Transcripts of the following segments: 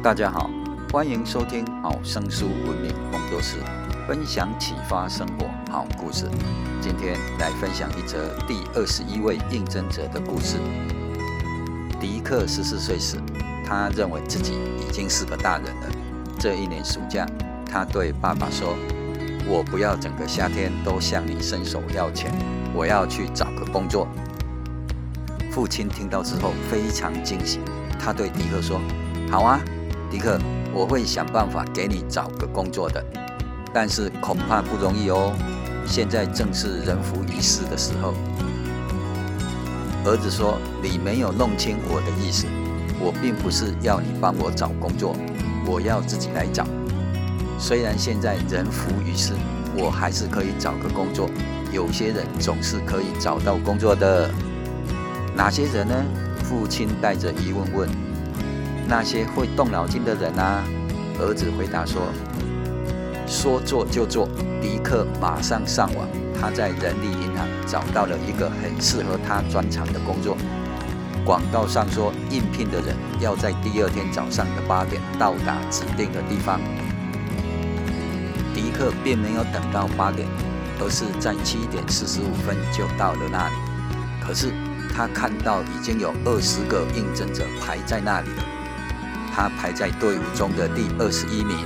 大家好，欢迎收听好生书文明工作室，分享启发生活好故事。今天来分享一则第21位应征者的故事。迪克14岁时，他认为自己已经是个大人了。这一年暑假，他对爸爸说：“我不要整个夏天都向你伸手要钱，我要去找个工作。”父亲听到之后非常惊喜，他对迪克说：“好啊，迪克，我会想办法给你找个工作的，但是恐怕不容易哦。现在正是人浮于事的时候。”儿子说：“你没有弄清我的意思，我并不是要你帮我找工作，我要自己来找。虽然现在人浮于事，我还是可以找个工作。有些人总是可以找到工作的。哪些人呢？”父亲带着疑问问。“那些会动脑筋的人啊。”儿子回答说。说做就做，迪克马上上网，他在人力银行找到了一个很适合他专长的工作。广告上说，应聘的人要在第二天早上的8点到达指定的地方。迪克并没有等到8点，而是在7点45分就到了那里。可是他看到已经有20个应征者排在那里了，他排在队伍中的第21名。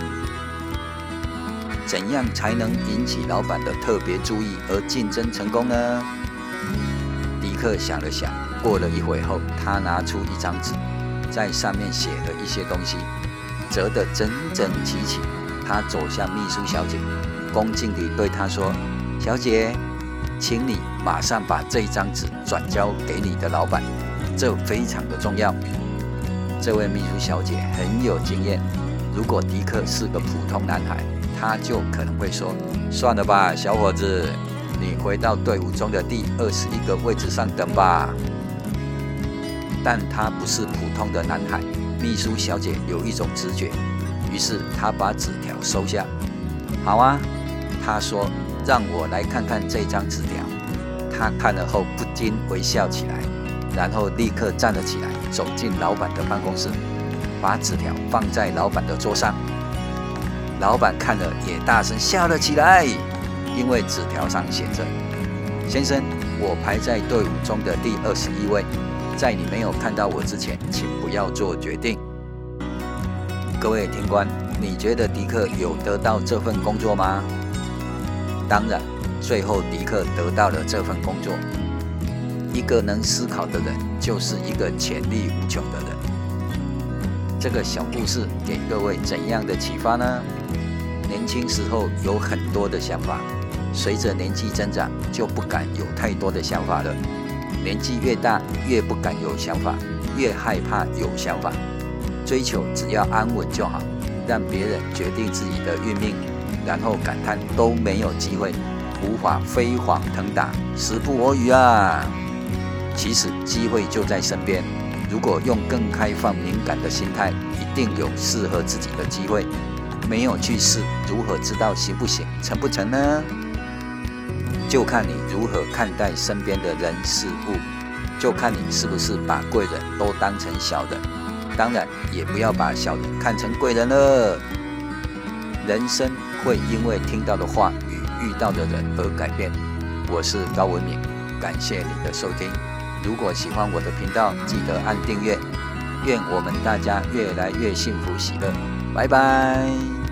怎样才能引起老板的特别注意而竞争成功呢？迪克想了想，过了一会后，他拿出一张纸，在上面写了一些东西，折得整整齐齐。他走向秘书小姐，恭敬地对她说：“小姐，请你马上把这张纸转交给你的老板，这非常的重要。”这位秘书小姐很有经验，如果迪克是个普通男孩，他就可能会说：“算了吧，小伙子，你回到队伍中的第21个位置上等吧。”但他不是普通的男孩，秘书小姐有一种直觉，于是他把纸条收下。“好啊。”他说，“让我来看看这张纸条。”他看了后不禁微笑起来，然后立刻站了起来，走进老板的办公室，把纸条放在老板的桌上。老板看了也大声笑了起来，因为纸条上写着：“先生，我排在队伍中的第21位，在你没有看到我之前，请不要做决定。”各位听官，你觉得迪克有得到这份工作吗？当然，最后迪克得到了这份工作。一个能思考的人，就是一个潜力无穷的人。这个小故事给各位怎样的启发呢？年轻时候有很多的想法，随着年纪增长，就不敢有太多的想法了。年纪越大，越不敢有想法，越害怕有想法。追求只要安稳就好，让别人决定自己的运命，然后感叹都没有机会，无法飞黄腾达，时不我与啊！其实机会就在身边，如果用更开放敏感的心态，一定有适合自己的机会。没有去试，如何知道行不行、成不成呢？就看你如何看待身边的人事物，就看你是不是把贵人都当成小人，当然也不要把小人看成贵人了。人生会因为听到的话与遇到的人而改变。我是高文敏，感谢你的收听。如果喜欢我的频道，记得按订阅。愿我们大家越来越幸福喜乐。拜拜。